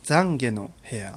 懺悔の部屋。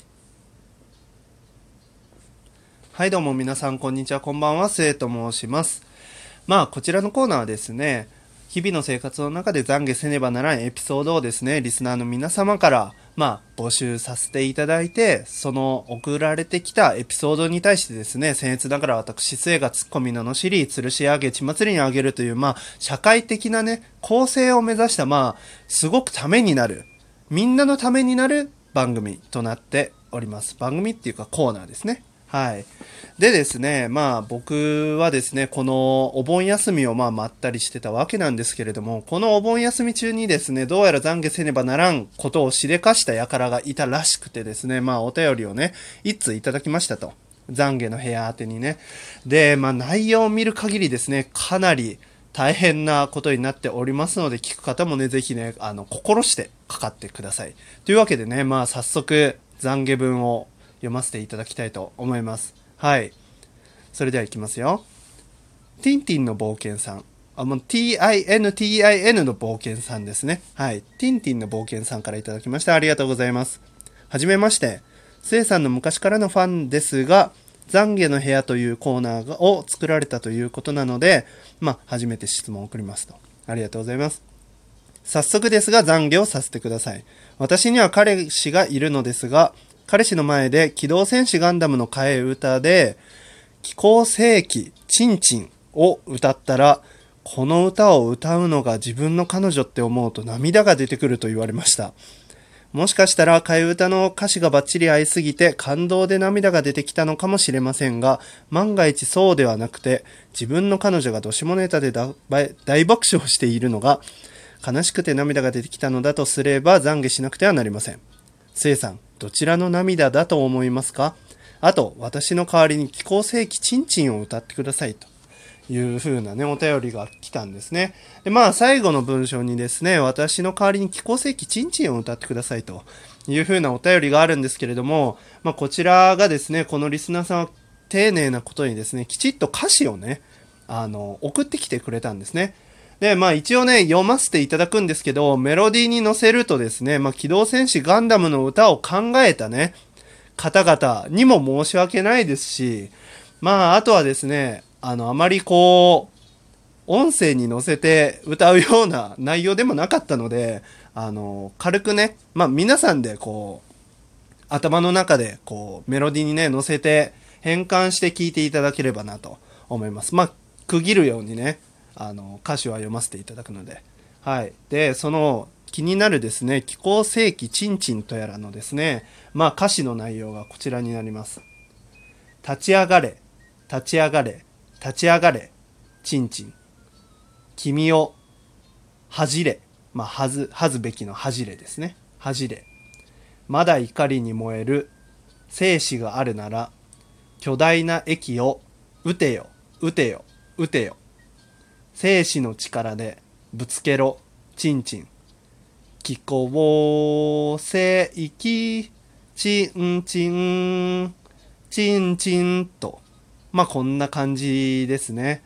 はいどうも皆さんこんにちは、こんばんは、せいと申します。こちらのコーナーはですね、日々の生活の中で懺悔せねばならないエピソードをですね、リスナーの皆様から募集させていただいて、その送られてきたエピソードに対してですね、僭越ながら私末がツッコミののしり吊るし上げ血祭りに上げるという社会的なね構成を目指したすごくためになる、みんなのためになる番組となっております。番組っていうかコーナーですね。はい。でですね、僕はですね、このお盆休みをまったりしてたわけなんですけれども、このお盆休み中にですね、どうやら懺悔せねばならんことをしでかした輩がいたらしくてですね、お便りをね、一通いただきましたと。懺悔の部屋宛てにね。で、内容を見る限りですね、かなり大変なことになっておりますので、聞く方もね、ぜひね、心してかかってください。というわけでね、早速、懺悔文を読ませていただきたいと思います。はい。それではいきますよ。ティンティンの冒険さん。TINTIN の冒険さんですね。はい。ティンティンの冒険さんからいただきました。ありがとうございます。はじめまして。せいさんの昔からのファンですが、懺悔の部屋というコーナーを作られたということなので、初めて質問を送りますと。ありがとうございます。早速ですが懺悔をさせてください。私には彼氏がいるのですが、彼氏の前で機動戦士ガンダムの替え歌で気候世紀チンチンを歌ったら、この歌を歌うのが自分の彼女って思うと涙が出てくると言われました。もしかしたら替え歌の歌詞がバッチリ合いすぎて感動で涙が出てきたのかもしれませんが、万が一そうではなくて自分の彼女がどしもネタで大爆笑しているのが悲しくて涙が出てきたのだとすれば懺悔しなくてはなりません。せいさん、どちらの涙だと思いますか？あと、私の代わりに気候世紀チンチンを歌ってくださいという風なね、お便りが来たんですね。で、最後の文章にですね、私の代わりに気候世紀チンチンを歌ってくださいという風なお便りがあるんですけれども、こちらがですね、このリスナーさんは丁寧なことにですね、きちっと歌詞をね、送ってきてくれたんですね。で、一応ね、読ませていただくんですけど、メロディーに乗せるとですね、機動戦士ガンダムの歌を考えたね、方々にも申し訳ないですし、あとはですね、あまり音声に乗せて歌うような内容でもなかったので、軽くね、皆さんで頭の中でメロディーにね、乗せて変換して聴いていただければなと思います。区切るようにね、歌詞は読ませていただくので。はい。で、その気になるですね、気候世紀チンチンとやらのですね、歌詞の内容がこちらになります。立ち上がれ、立ち上がれ、立ち上がれ、チンチン。君を恥じれ、恥ずべきの恥じれですね。恥じれ。まだ怒りに燃える生死があるなら、巨大な駅を撃てよ、撃てよ、撃てよ。生死の力でぶつけろ、チンチン。気候世紀、チンチン、チンチンと。こんな感じですね。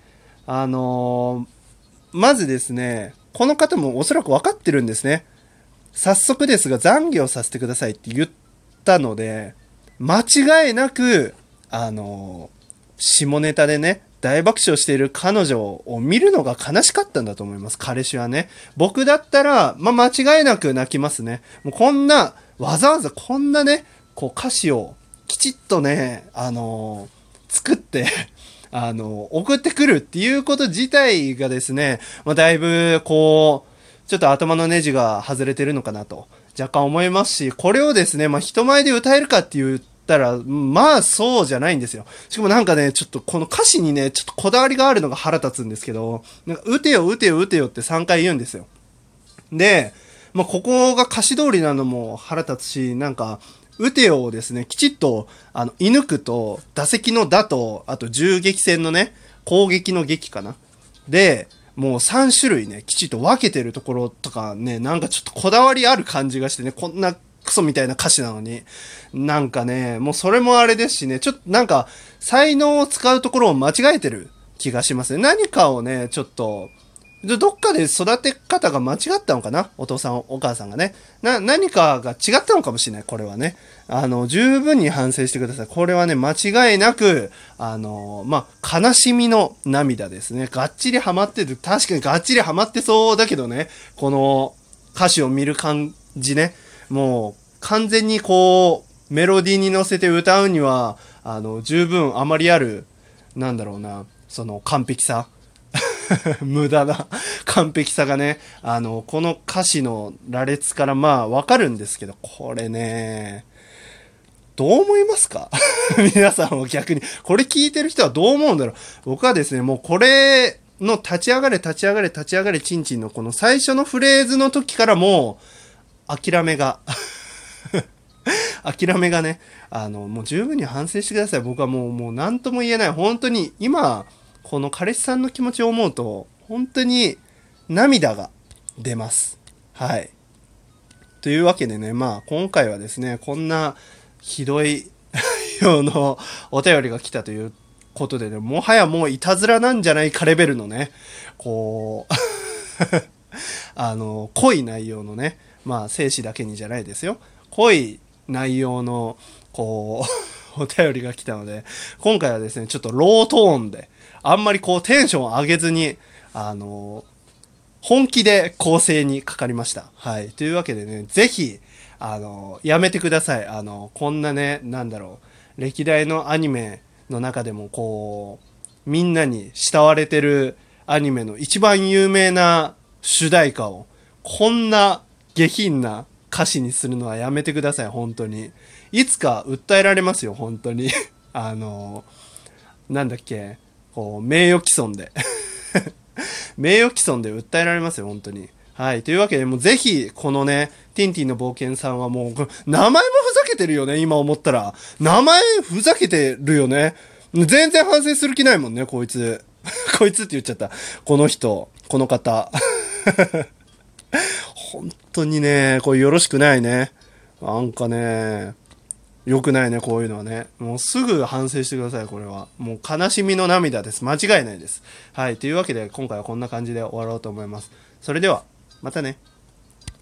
まずですね、この方もおそらく分かってるんですね。早速ですが懺悔をさせてくださいって言ったので、間違いなく、下ネタでね、大爆笑している彼女を見るのが悲しかったんだと思います。彼氏はね。僕だったら、間違いなく泣きますね。もうこんな、わざわざこんなね、歌詞をきちっとね、作って、送ってくるっていうこと自体がですね、だいぶ、ちょっと頭のネジが外れてるのかなと、若干思いますし、これをですね、人前で歌えるかって言ったら、そうじゃないんですよ。しかもなんかね、ちょっとこの歌詞にね、ちょっとこだわりがあるのが腹立つんですけど、なんか、撃てよ、撃てよ、撃てよって3回言うんですよ。で、ここが歌詞通りなのも腹立つし、なんか、撃てよをですね、きちっと、射抜くと、打席の打と、あと銃撃戦のね、攻撃の撃かな。で、もう3種類ね、きちっと分けてるところとかね、なんかちょっとこだわりある感じがしてね、こんなクソみたいな歌詞なのに。なんかね、もうそれもあれですしね、ちょっとなんか、才能を使うところを間違えてる気がしますね。何かをね、ちょっと、 どっかで育て方が間違ったのかな、お父さんお母さんがね。何かが違ったのかもしれない、これはね。十分に反省してください。これはね、間違いなく、悲しみの涙ですね。がっちりハマってる。確かにがっちりハマってそうだけどね、この歌詞を見る感じね。もう、完全にこう、メロディーに乗せて歌うには、十分あまりある、なんだろうな、その完璧さ。無駄な完璧さがね、この歌詞の羅列からわかるんですけど、これね、どう思いますか？皆さんは逆に。これ聞いてる人はどう思うんだろう？僕はですね、もうこれの立ち上がれ立ち上がれ立ち上がれチンチンのこの最初のフレーズの時からもう、諦めがね、もう十分に反省してください。僕はもう何とも言えない。本当に今、この彼氏さんの気持ちを思うと、本当に涙が出ます。はい。というわけでね、今回はですね、こんなひどい用のお便りが来たということでね、もはやもういたずらなんじゃないかレベルのね、こう、濃い内容のね、生死だけにじゃないですよ。濃い内容の、こう、お便りが来たので、今回はですね、ちょっとロートーンで、あんまりこうテンション上げずに、本気で構成にかかりました。はい。というわけでね、ぜひ、やめてください。こんなね、歴代のアニメの中でもこう、みんなに慕われてるアニメの一番有名な主題歌を、こんな下品な歌詞にするのはやめてください、本当に。いつか訴えられますよ、本当に。なんだっけ、こう、名誉毀損で。名誉毀損で訴えられますよ、本当に。はい。というわけで、もうぜひ、このね、ティンティの冒険さんはもう、名前もふざけてるよね、今思ったら。名前ふざけてるよね。全然反省する気ないもんね、こいつ。こいつって言っちゃった。この人、この方。本当にね、これよろしくないね。なんかね、良くないね、こういうのはね。もうすぐ反省してください、これは。もう悲しみの涙です。間違いないです。はい。というわけで、今回はこんな感じで終わろうと思います。それでは、またね。